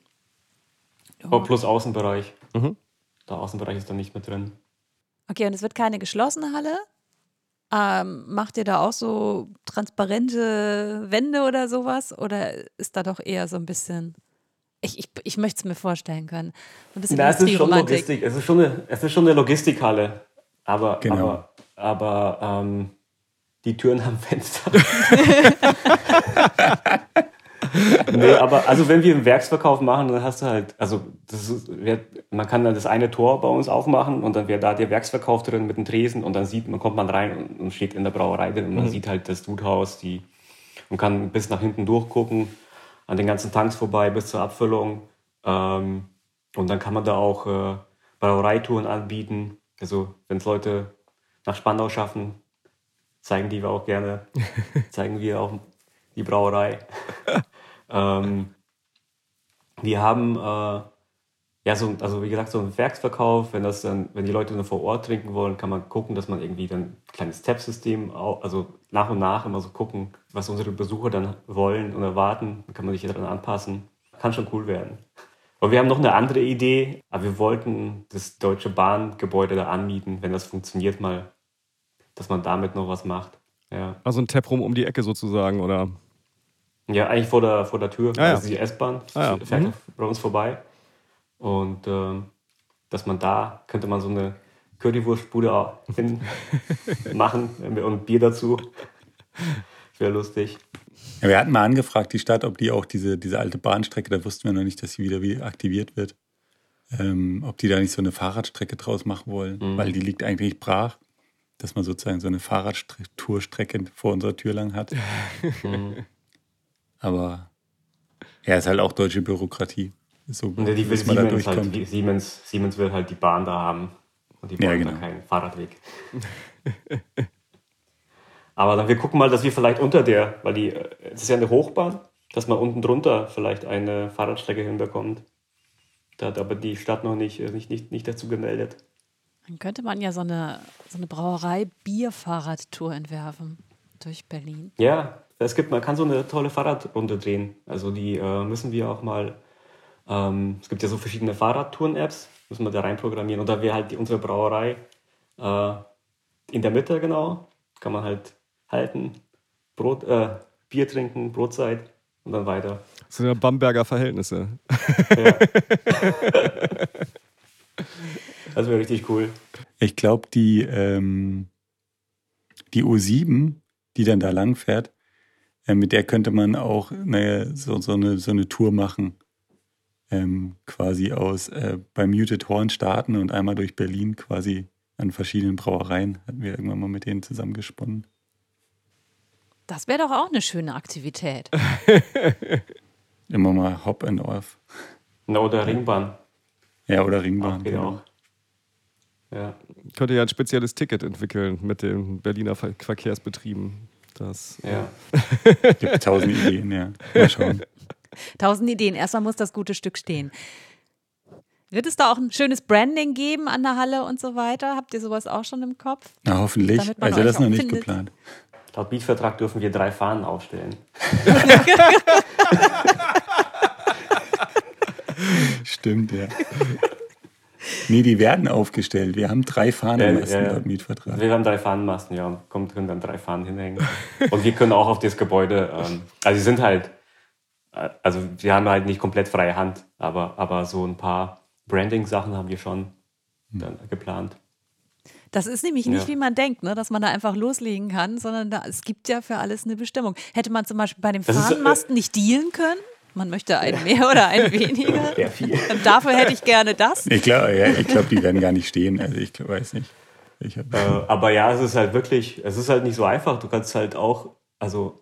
Ja. Oh, plus Außenbereich. Mhm. Der Außenbereich ist dann nicht mit drin. Okay, und es wird keine geschlossene Halle? Macht ihr da auch so transparente Wände oder sowas? Oder ist da doch eher so ein bisschen... Ich möchte es mir vorstellen können. So ein bisschen Na, es ist schon Industrieromantik. Logistik. Es ist schon eine Logistikhalle. Aber, Genau. aber die Türen haben Fenster. Nee, aber also wenn wir einen Werksverkauf machen, dann hast du halt, also man kann dann das eine Tor bei uns aufmachen und dann wäre da der Werksverkauf drin mit dem Tresen und dann kommt man rein und steht in der Brauerei drin und man sieht halt das Dudhaus, und kann bis nach hinten durchgucken, an den ganzen Tanks vorbei bis zur Abfüllung. Und dann kann man da auch Brauereitouren anbieten. Also wenn es Leute nach Spandau schaffen, zeigen wir auch die Brauerei. Wir haben Ja, also wie gesagt, so ein Werksverkauf, wenn die Leute nur vor Ort trinken wollen, kann man gucken, dass man irgendwie dann ein kleines Tab-System, also nach und nach immer so gucken, was unsere Besucher dann wollen und erwarten. Dann kann man sich daran anpassen. Kann schon cool werden. Und wir haben noch eine andere Idee, aber wir wollten das Deutsche Bahngebäude da anmieten, wenn das funktioniert mal, dass man damit noch was macht. Ja, Also ein Taproom um die Ecke sozusagen, oder? ja, eigentlich vor der Tür, Ah, ja. also die S-Bahn Ah, ja. fährt bei uns vorbei. Und dass man da, könnte man so eine Currywurstbude auch hin machen und Bier dazu. Wäre lustig. Ja, wir hatten mal angefragt, die Stadt, ob die auch diese alte Bahnstrecke, da wussten wir noch nicht, dass sie wieder aktiviert wird, ob die da nicht so eine Fahrradstrecke draus machen wollen, weil die liegt eigentlich brach, dass man sozusagen so eine Fahrradtourstrecke vor unserer Tür lang hat. Aber ja, ist halt auch deutsche Bürokratie. So, Und die will dass man da Siemens durchkommt. halt, Siemens will halt die Bahn da haben. Und die wollen da keinen Fahrradweg. Aber dann wir gucken mal, dass wir vielleicht weil es ist ja eine Hochbahn, dass man unten drunter vielleicht eine Fahrradstrecke hinbekommt. Da hat aber die Stadt noch nicht dazu gemeldet. Dann könnte man ja so eine Brauerei-Bier-Fahrradtour entwerfen durch Berlin. Ja, man kann so eine tolle Fahrradrunde drehen. Also die müssen wir auch mal, es gibt ja so verschiedene Fahrradtouren-Apps, müssen wir da reinprogrammieren. Und da wäre halt unsere Brauerei in der Mitte, genau, kann man halt halten, Bier trinken, Brotzeit und dann weiter. Das sind ja Bamberger Verhältnisse. Ja. Das wäre richtig cool. Ich glaube, die U7, die dann da lang fährt, mit der könnte man auch so eine Tour machen. Quasi bei Muted Horn starten und einmal durch Berlin quasi an verschiedenen Brauereien. Hatten wir irgendwann mal mit denen zusammengesponnen. Das wäre doch auch eine schöne Aktivität. Immer mal Hop and Off. Oder Ringbahn. Ja, oder Ringbahn. Geht genau. auch. Ja. Könnte ja ein spezielles Ticket entwickeln mit den Berliner Verkehrsbetrieben. Ja. Gibt 1000 Ideen, ja. Mal schauen. 1000 Ideen. Erstmal muss das gute Stück stehen. Wird es da auch ein schönes Branding geben an der Halle und so weiter? Habt ihr sowas auch schon im Kopf? Na, hoffentlich. Damit man Also euch das ist noch auch nicht findet. geplant. Laut Mietvertrag dürfen wir 3 Fahnen aufstellen. Stimmt, ja. Nee, die werden aufgestellt. Wir haben 3 Fahnenmasten laut Mietvertrag. Wir haben 3 Fahnenmasten, ja. Und können dann 3 Fahnen hinhängen. Und wir können auch auf das Gebäude, also sie sind halt, also wir haben halt nicht komplett freie Hand, aber so ein paar Branding-Sachen haben wir schon dann geplant. Das ist nämlich nicht, Ja. wie man denkt, ne? Dass man da einfach loslegen kann, sondern es gibt ja für alles eine Bestimmung. Hätte man zum Beispiel bei dem Das ist, Fahnenmasten nicht dealen können? Man möchte einen mehr oder einen weniger. Sehr viel. Dafür hätte ich gerne das. Ich glaube, die werden gar nicht stehen. Also ich weiß nicht. Aber ja, es ist halt nicht so einfach. Du kannst halt auch, also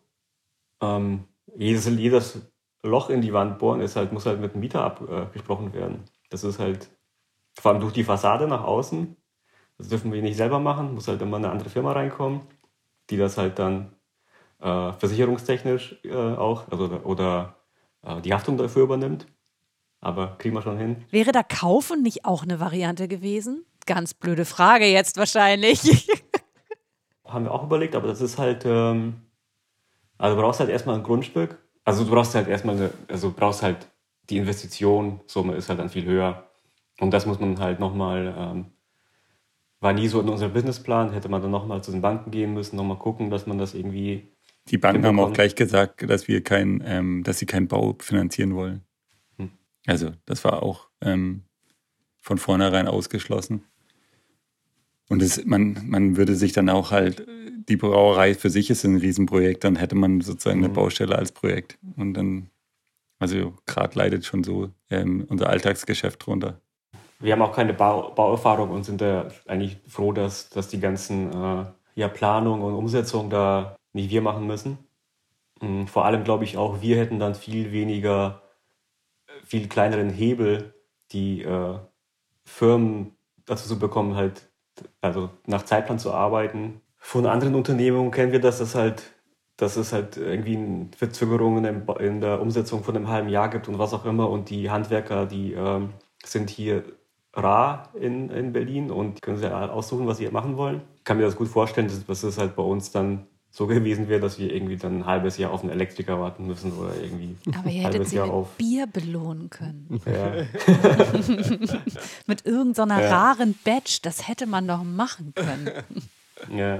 jedes Loch in die Wand bohren muss halt mit dem Mieter abgesprochen werden. Das ist halt, vor allem durch die Fassade nach außen, das dürfen wir nicht selber machen, muss halt immer eine andere Firma reinkommen, die das halt dann versicherungstechnisch auch, oder die Haftung dafür übernimmt. Aber kriegen wir schon hin. Wäre da Kaufen nicht auch eine Variante gewesen? Ganz blöde Frage jetzt wahrscheinlich. Haben wir auch überlegt, aber das ist halt, also du brauchst halt erstmal ein Grundstück. Also du brauchst halt die Investitionssumme ist halt dann viel höher. Und das muss man halt nochmal, war nie so in unserem Businessplan, hätte man dann nochmal zu den Banken gehen müssen, nochmal gucken, dass man das irgendwie. Die Banken haben auch gleich gesagt, dass sie keinen Bau finanzieren wollen. Also das war auch von vornherein ausgeschlossen. Und man würde sich dann auch halt, die Brauerei für sich ist ein Riesenprojekt, dann hätte man sozusagen eine Baustelle als Projekt. Und dann, also gerade leidet schon so unser Alltagsgeschäft drunter. Wir haben auch keine Bauerfahrung und sind da eigentlich froh, dass die ganzen Planung und Umsetzung da nicht wir machen müssen. Vor allem glaube ich auch, wir hätten dann viel kleineren Hebel, die Firmen dazu zu bekommen, halt also nach Zeitplan zu arbeiten. Von anderen Unternehmungen kennen wir, dass es halt irgendwie Verzögerungen in der Umsetzung von einem halben Jahr gibt und was auch immer und die Handwerker, die sind hier rar in Berlin und können sich aussuchen, was sie machen wollen. Ich kann mir das gut vorstellen, dass es halt bei uns dann so gewesen wäre, dass wir irgendwie dann ein halbes Jahr auf einen Elektriker warten müssen oder irgendwie Aber ihr ein hättet halbes sie Jahr mit auf. Bier belohnen können. Ja. Mit irgendeiner Ja. raren Badge. Das hätte man doch machen können. Ja.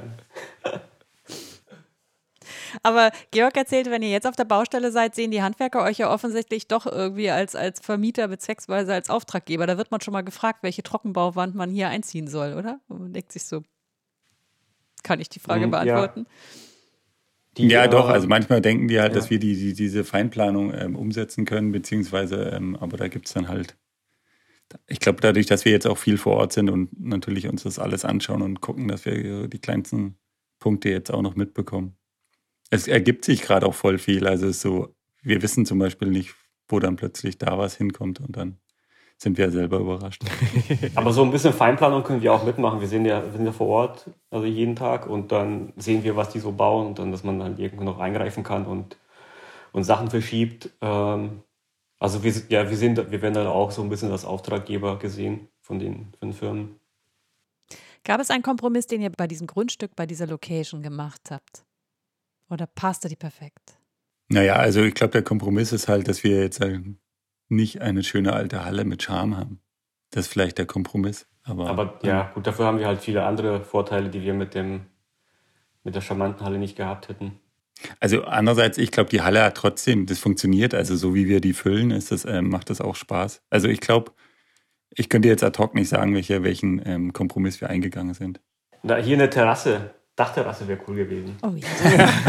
Aber Georg erzählt, wenn ihr jetzt auf der Baustelle seid, sehen die Handwerker euch ja offensichtlich doch irgendwie als Vermieter beziehungsweise als Auftraggeber. Da wird man schon mal gefragt, welche Trockenbauwand man hier einziehen soll, oder? Und man denkt sich so, kann ich die Frage Ja. beantworten? Ja, doch. Also manchmal denken die halt, ja. dass wir diese Feinplanung umsetzen können, beziehungsweise, aber da gibt's dann halt, ich glaube, dadurch, dass wir jetzt auch viel vor Ort sind und natürlich uns das alles anschauen und gucken, dass wir die kleinsten Punkte jetzt auch noch mitbekommen. Es ergibt sich gerade auch voll viel. Also es ist so, wir wissen zum Beispiel nicht, wo dann plötzlich da was hinkommt und dann sind wir selber überrascht. Aber so ein bisschen Feinplanung können wir auch mitmachen. Wir sind ja vor Ort, also jeden Tag, und dann sehen wir, was die so bauen und dann, dass man dann irgendwo noch eingreifen kann und Sachen verschiebt. Also wir werden dann auch so ein bisschen als Auftraggeber gesehen von den Firmen. Gab es einen Kompromiss, den ihr bei diesem Grundstück, bei dieser Location gemacht habt? Oder passte die perfekt? Naja, also ich glaube, der Kompromiss ist halt, dass wir jetzt nicht eine schöne alte Halle mit Charme haben. Das ist vielleicht der Kompromiss. Aber ja, gut, dafür haben wir halt viele andere Vorteile, die wir mit der charmanten Halle nicht gehabt hätten. Also andererseits, ich glaube, die Halle hat trotzdem, das funktioniert. Also so wie wir die füllen, macht das auch Spaß. Also ich glaube, ich könnte jetzt ad hoc nicht sagen, welchen Kompromiss wir eingegangen sind. Da hier eine Dachterrasse wäre cool gewesen. Oh ja.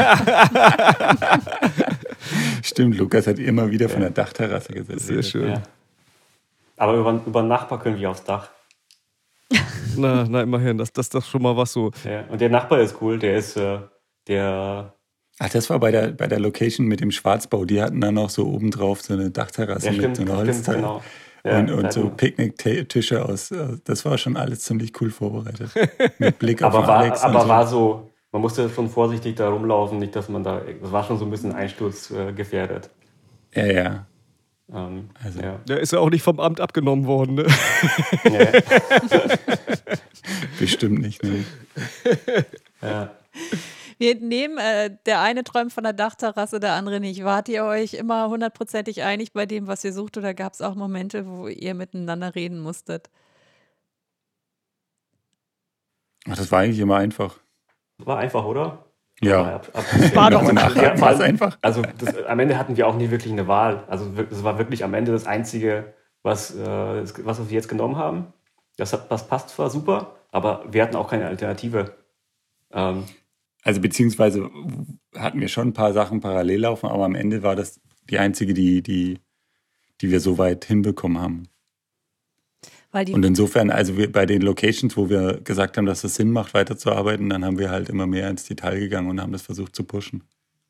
Stimmt, Lukas hat immer wieder von der Dachterrasse geredet. Sehr schön. Ja. Aber über einen Nachbar können wir aufs Dach. Na, immerhin, das ist doch schon mal was so. Ja. Und der Nachbar ist cool, der ist Ach, das war bei der Location mit dem Schwarzbau. Die hatten dann noch so obendrauf so eine Dachterrasse ja, mit stimmt, so einer Holzteil. genau. Ja, Und so Picknicktische aus. Das war schon alles ziemlich cool vorbereitet. Mit Blick auf aber Alex. war so, man musste schon vorsichtig da rumlaufen, nicht, dass man das war schon so ein bisschen einsturzgefährdet. Ja. Also. Ja. Der ist ja auch nicht vom Amt abgenommen worden, ne? Ja. Bestimmt nicht, ne? Ja. Wir nehmen, der eine träumt von der Dachterrasse, der andere nicht. Wart ihr euch immer 100%ig einig bei dem, was ihr sucht, oder gab es auch Momente, wo ihr miteinander reden musstet? Ach, das war eigentlich immer einfach. War einfach, oder? Ja. War doch war es einfach. Also am Ende hatten wir auch nie wirklich eine Wahl. Also das war wirklich am Ende das Einzige, was wir jetzt genommen haben. Das passt zwar super, aber wir hatten auch keine Alternative. Also beziehungsweise hatten wir schon ein paar Sachen parallel laufen, aber am Ende war das die einzige, die wir so weit hinbekommen haben. Und insofern, also bei den Locations, wo wir gesagt haben, dass es Sinn macht, weiterzuarbeiten, dann haben wir halt immer mehr ins Detail gegangen und haben das versucht zu pushen.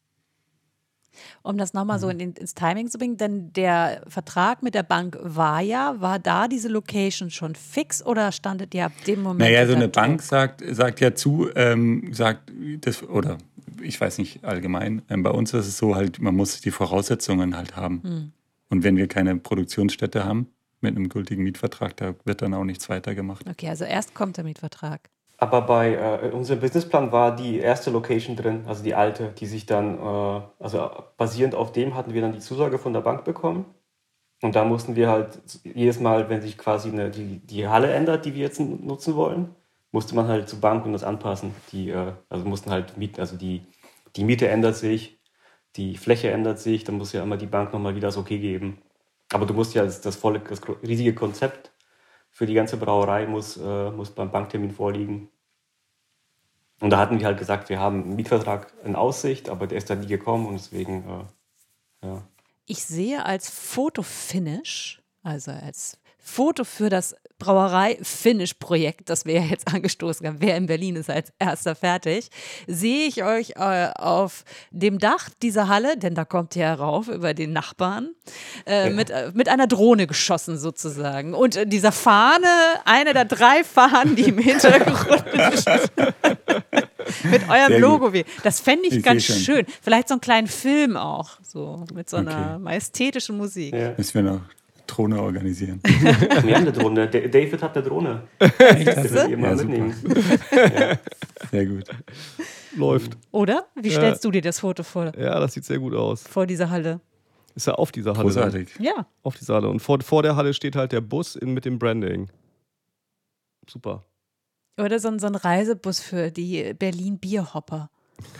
Um das nochmal so ins Timing zu bringen, denn der Vertrag mit der Bank war da diese Location schon fix oder standet ihr ab dem Moment? Naja, so unter eine Druck? Bank sagt ja zu, sagt das, oder ich weiß nicht allgemein, bei uns ist es so halt, man muss die Voraussetzungen halt haben. Und wenn wir keine Produktionsstätte haben mit einem gültigen Mietvertrag, da wird dann auch nichts weiter gemacht. Okay, also erst kommt der Mietvertrag. Aber bei unserem Businessplan war die erste Location drin, also die alte, die sich dann, also basierend auf dem hatten wir dann die Zusage von der Bank bekommen. Und da mussten wir halt jedes Mal, wenn sich quasi die Halle ändert, die wir jetzt nutzen wollen, musste man halt zur Bank und das anpassen. Also mussten halt die Miete ändert sich, die Fläche ändert sich, dann muss ja immer die Bank nochmal wieder das Okay geben. Aber du musst ja das riesige Konzept für die ganze Brauerei muss beim Banktermin vorliegen. Und da hatten wir halt gesagt, wir haben einen Mietvertrag in Aussicht, aber der ist dann nie gekommen und deswegen, ja. Ich sehe als Fotofinish, also als Foto für das Brauerei-Finish-Projekt, das wir ja jetzt angestoßen haben, wer in Berlin ist als erster fertig, sehe ich euch auf dem Dach dieser Halle, denn da kommt ihr herauf über den Nachbarn, mit einer Drohne geschossen sozusagen. Und dieser Fahne, eine der 3 Fahnen, die im Hintergrund mit eurem Sehr Logo weh. Das fände ich ganz sehe schon. schön. Vielleicht so einen kleinen Film auch, so mit so einer Okay. majestätischen Musik. Ja. Müssen wir noch Drohne organisieren. Wir haben eine Drohne. David hat eine Drohne. Das will ich immer mitnehmen. Ja. Sehr gut. Läuft. Oder? Wie stellst du dir das Foto vor? Ja, das sieht sehr gut aus. Vor dieser Halle? Ist ja auf dieser Halle. Großartig. Ja. Auf dieser Halle. Und vor der Halle steht halt der Bus mit dem Branding. Super. Oder so ein Reisebus für die Berlin-Bierhopper.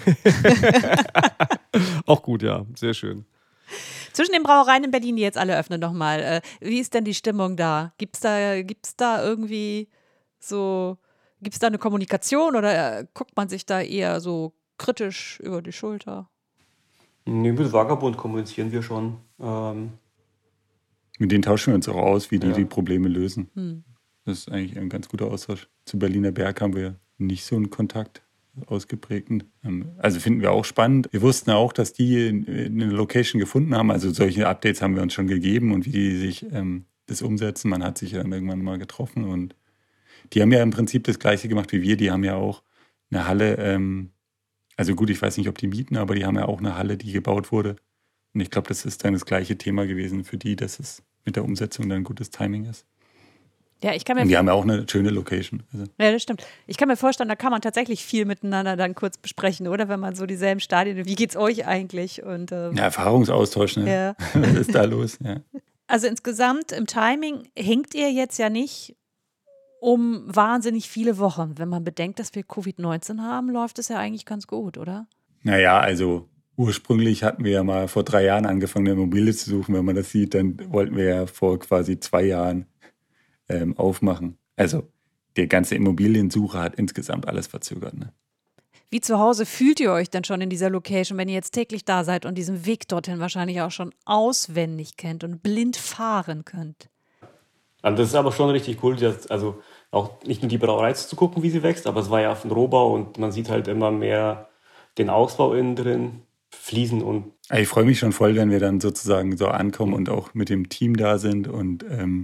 Auch gut, ja. Sehr schön. Zwischen den Brauereien in Berlin, die jetzt alle öffnen, nochmal. Wie ist denn die Stimmung da? Gibt's da irgendwie so, gibt's da eine Kommunikation oder guckt man sich da eher so kritisch über die Schulter? Nee, mit Vagabund kommunizieren wir schon. Mit denen tauschen wir uns auch aus, wie die Ja. die Probleme lösen. Das ist eigentlich ein ganz guter Austausch. Zu Berliner Berg haben wir nicht so einen Kontakt ausgeprägten. Also finden wir auch spannend. Wir wussten auch, dass die eine Location gefunden haben. Also solche Updates haben wir uns schon gegeben und wie die sich das umsetzen. Man hat sich dann irgendwann mal getroffen und die haben ja im Prinzip das Gleiche gemacht wie wir. Die haben ja auch eine Halle, also gut, ich weiß nicht, ob die mieten, aber die haben ja auch eine Halle, die gebaut wurde. Und ich glaube, das ist dann das gleiche Thema gewesen für die, dass es mit der Umsetzung dann ein gutes Timing ist. Ja, ich kann mir Und die haben ja auch eine schöne Location. Also, Ja, das stimmt. Ich kann mir vorstellen, da kann man tatsächlich viel miteinander dann kurz besprechen, oder? Wenn man so dieselben Stadien, wie geht's euch eigentlich? Und, ja, Erfahrungsaustausch, ne? ja. Was ist da los? Ja. Also insgesamt im Timing hinkt ihr jetzt ja nicht um wahnsinnig viele Wochen. Wenn man bedenkt, dass wir Covid-19 haben, läuft es ja eigentlich ganz gut, oder? Naja, also ursprünglich hatten wir ja mal vor 3 Jahren angefangen, eine Immobilie zu suchen. Wenn man das sieht, dann wollten wir ja vor quasi 2 Jahren aufmachen. Also die ganze Immobiliensuche hat insgesamt alles verzögert. Ne? Wie zu Hause fühlt ihr euch denn schon in dieser Location, wenn ihr jetzt täglich da seid und diesen Weg dorthin wahrscheinlich auch schon auswendig kennt und blind fahren könnt? Also das ist aber schon richtig cool, also auch nicht nur die Brauerei zu gucken, wie sie wächst, aber es war ja auf dem Rohbau und man sieht halt immer mehr den Ausbau innen drin, Fliesen und... Ich freue mich schon voll, wenn wir dann sozusagen so ankommen und auch mit dem Team da sind und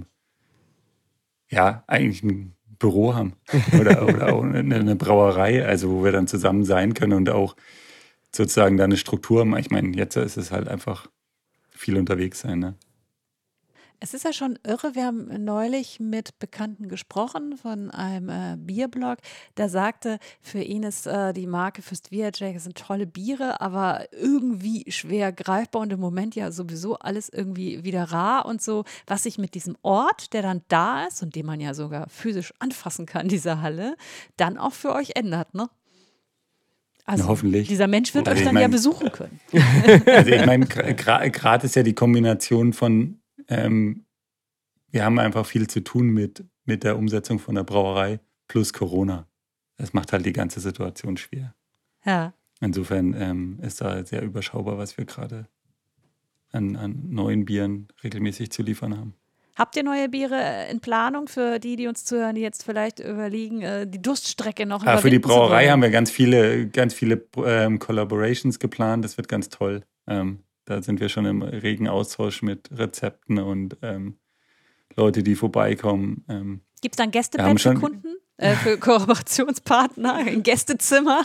ja, eigentlich ein Büro haben oder auch eine Brauerei, also wo wir dann zusammen sein können und auch sozusagen da eine Struktur haben. Ich meine, jetzt ist es halt einfach viel unterwegs sein, ne? Es ist ja schon irre, wir haben neulich mit Bekannten gesprochen von einem Bierblog, der sagte, für ihn ist die Marke Fürst Viacek sind tolle Biere, aber irgendwie schwer greifbar und im Moment ja sowieso alles irgendwie wieder rar und so, was sich mit diesem Ort, der dann da ist und den man ja sogar physisch anfassen kann, diese Halle, dann auch für euch ändert, ne? Also Na, hoffentlich. dieser Mensch wird Also euch ich dann ja mein- besuchen können. Also ich meine, gerade ist ja die Kombination von, wir haben einfach viel zu tun mit der Umsetzung von der Brauerei plus Corona. Das macht halt die ganze Situation schwer. Ja. Insofern ist da sehr überschaubar, was wir gerade an neuen Bieren regelmäßig zu liefern haben. Habt ihr neue Biere in Planung für die uns zuhören, die jetzt vielleicht überlegen, die Durststrecke noch Für die überwinden zu Brauerei wollen? haben wir ganz viele Collaborations geplant. Das wird ganz toll. Da sind wir schon im regen Austausch mit Rezepten und Leute, die vorbeikommen. Gibt es dann haben Gästebett für schon- Kunden? Für Kooperationspartner? Ein Gästezimmer?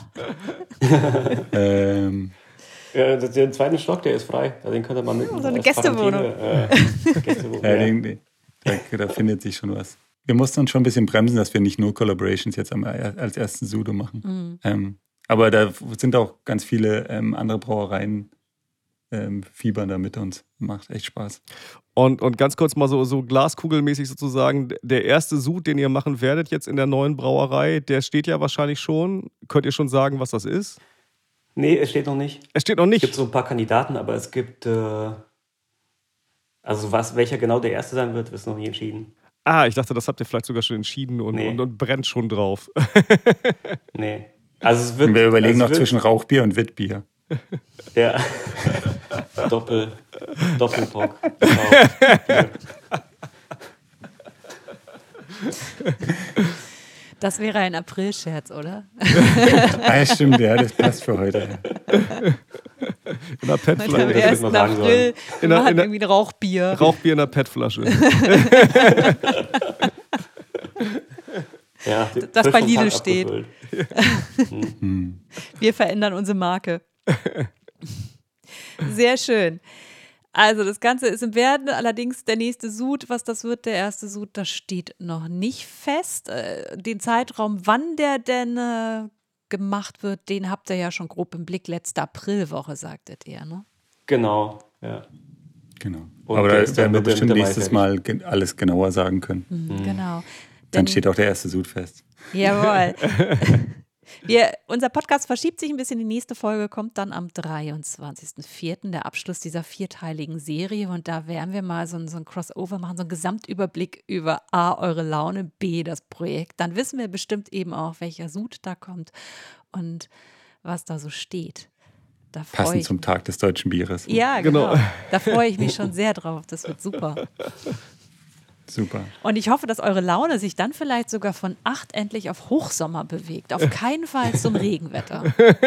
Den zweiten Stock, der ist frei. Also den könnte man mit So eine als Gästewohnung. Gästewohnung. Da findet sich schon was. Wir mussten uns schon ein bisschen bremsen, dass wir nicht nur Collaborations jetzt als ersten Sudo machen. Aber da sind auch ganz viele andere Brauereien fiebern da mit uns. Macht echt Spaß. Und ganz kurz mal so glaskugelmäßig sozusagen, der erste Sud, den ihr machen werdet jetzt in der neuen Brauerei, der steht ja wahrscheinlich schon. Könnt ihr schon sagen, was das ist? Nee, es steht noch nicht. Es steht noch Es nicht. gibt so ein paar Kandidaten, aber es gibt, welcher genau der erste sein wird, ist noch nie entschieden. Ich dachte, das habt ihr vielleicht sogar schon entschieden und, Nee. und brennt schon drauf. Nee. Also es wird. Wir überlegen also noch es wird- zwischen Rauchbier und Witbier. Ja. Doppelbock. Das wäre ein Aprilscherz, oder? Ja, stimmt, ja, das passt für heute. In einer Am PET-Flasche. das 1. hätte man sagen April In der- machen in der- irgendwie ein Rauchbier. Rauchbier in einer PET-Flasche. Ja, Das frisch bei vom Lidl Tank steht. abgefüllt. Wir verändern unsere Marke. Sehr schön. Also das Ganze ist im Werden, allerdings der nächste Sud, was das wird, der erste Sud, das steht noch nicht fest. Den Zeitraum, wann der denn gemacht wird, den habt ihr ja schon grob im Blick. Letzte Aprilwoche, sagtet ihr, ne? Genau, ja. Genau. Und Aber der da ist werden dann wir Mitte bestimmt Mai nächstes fertig. Mal alles genauer sagen können. Genau. Dann Denn- steht auch der erste Sud fest. Jawohl. Unser Podcast verschiebt sich ein bisschen. Die nächste Folge kommt dann am 23.04., der Abschluss dieser 4-teiligen Serie. Und da werden wir mal so ein Crossover machen, so einen Gesamtüberblick über A, eure Laune, B, das Projekt. Dann wissen wir bestimmt eben auch, welcher Sud da kommt und was da so steht. Da freue Passend ich zum mich. Tag des deutschen Bieres. Ja, Genau. genau. Da freue ich mich schon sehr drauf. Das wird super. Super. Und ich hoffe, dass eure Laune sich dann vielleicht sogar von 8 endlich auf Hochsommer bewegt. Auf keinen Fall zum Regenwetter.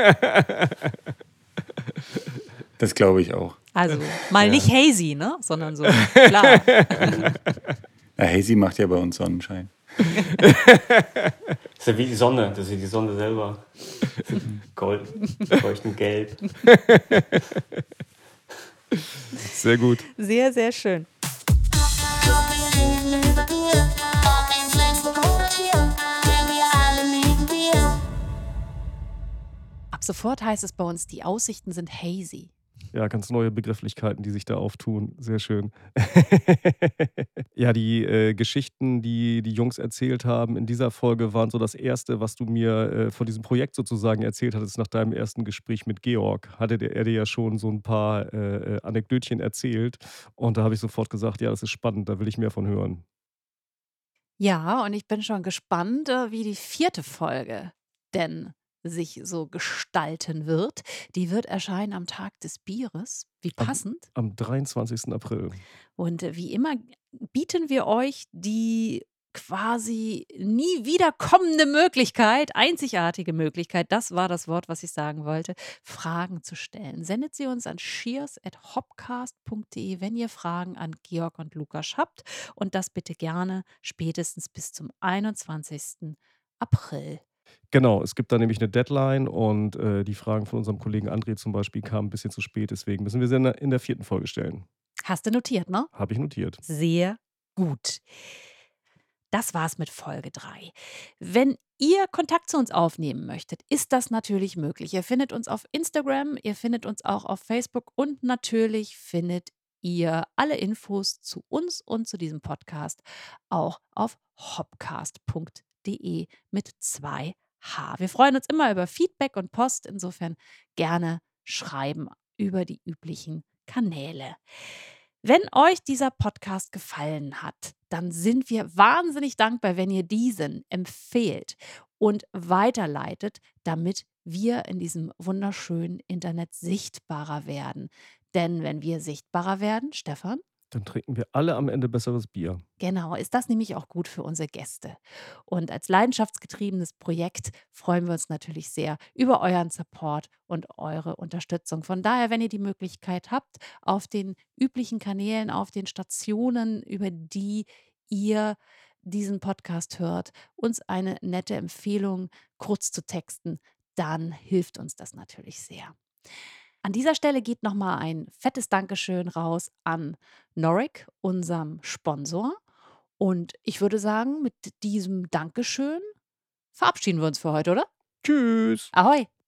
Das glaube ich auch. Also mal nicht hazy, ne? Sondern so klar. Ja, Hazy macht ja bei uns Sonnenschein. Das ist ja wie die Sonne, das ist ja die Sonne selber. Gold, leuchtend gelb. Sehr gut. Sehr, sehr schön. Ab sofort heißt es bei uns, die Aussichten sind hazy. Ja, ganz neue Begrifflichkeiten, die sich da auftun. Sehr schön. Ja, die Geschichten, die die Jungs erzählt haben in dieser Folge, waren so das Erste, was du mir von diesem Projekt sozusagen erzählt hattest nach deinem ersten Gespräch mit Georg. Hatte er dir ja schon so ein paar Anekdötchen erzählt. Und da habe ich sofort gesagt, ja, das ist spannend, da will ich mehr von hören. Ja, und ich bin schon gespannt, wie die 4. Folge denn sich so gestalten wird. Die wird erscheinen am Tag des Bieres. Wie passend. Am 23. April. Und wie immer bieten wir euch die quasi nie wiederkommende Möglichkeit, einzigartige Möglichkeit, das war das Wort, was ich sagen wollte, Fragen zu stellen. Sendet sie uns an cheers@hopcast.de, wenn ihr Fragen an Georg und Lukas habt. Und das bitte gerne spätestens bis zum 21. April. Genau, es gibt da nämlich eine Deadline und die Fragen von unserem Kollegen André zum Beispiel kamen ein bisschen zu spät. Deswegen müssen wir sie in der 4. Folge stellen. Hast du notiert, ne? Habe ich notiert. Sehr gut. Das war's mit Folge 3. Wenn ihr Kontakt zu uns aufnehmen möchtet, ist das natürlich möglich. Ihr findet uns auf Instagram, ihr findet uns auch auf Facebook und natürlich findet ihr alle Infos zu uns und zu diesem Podcast auch auf hopcast.de mit 2H. Wir freuen uns immer über Feedback und Post, insofern gerne schreiben über die üblichen Kanäle. Wenn euch dieser Podcast gefallen hat, dann sind wir wahnsinnig dankbar, wenn ihr diesen empfehlt und weiterleitet, damit wir in diesem wunderschönen Internet sichtbarer werden. Denn wenn wir sichtbarer werden, Stefan, Dann trinken wir alle am Ende besseres Bier. genau, ist das nämlich auch gut für unsere Gäste. Und als leidenschaftsgetriebenes Projekt freuen wir uns natürlich sehr über euren Support und eure Unterstützung. Von daher, wenn ihr die Möglichkeit habt, auf den üblichen Kanälen, auf den Stationen, über die ihr diesen Podcast hört, uns eine nette Empfehlung kurz zu texten, dann hilft uns das natürlich sehr. An dieser Stelle geht nochmal ein fettes Dankeschön raus an Noric, unserem Sponsor. Und ich würde sagen, mit diesem Dankeschön verabschieden wir uns für heute, oder? Tschüss. Ahoi!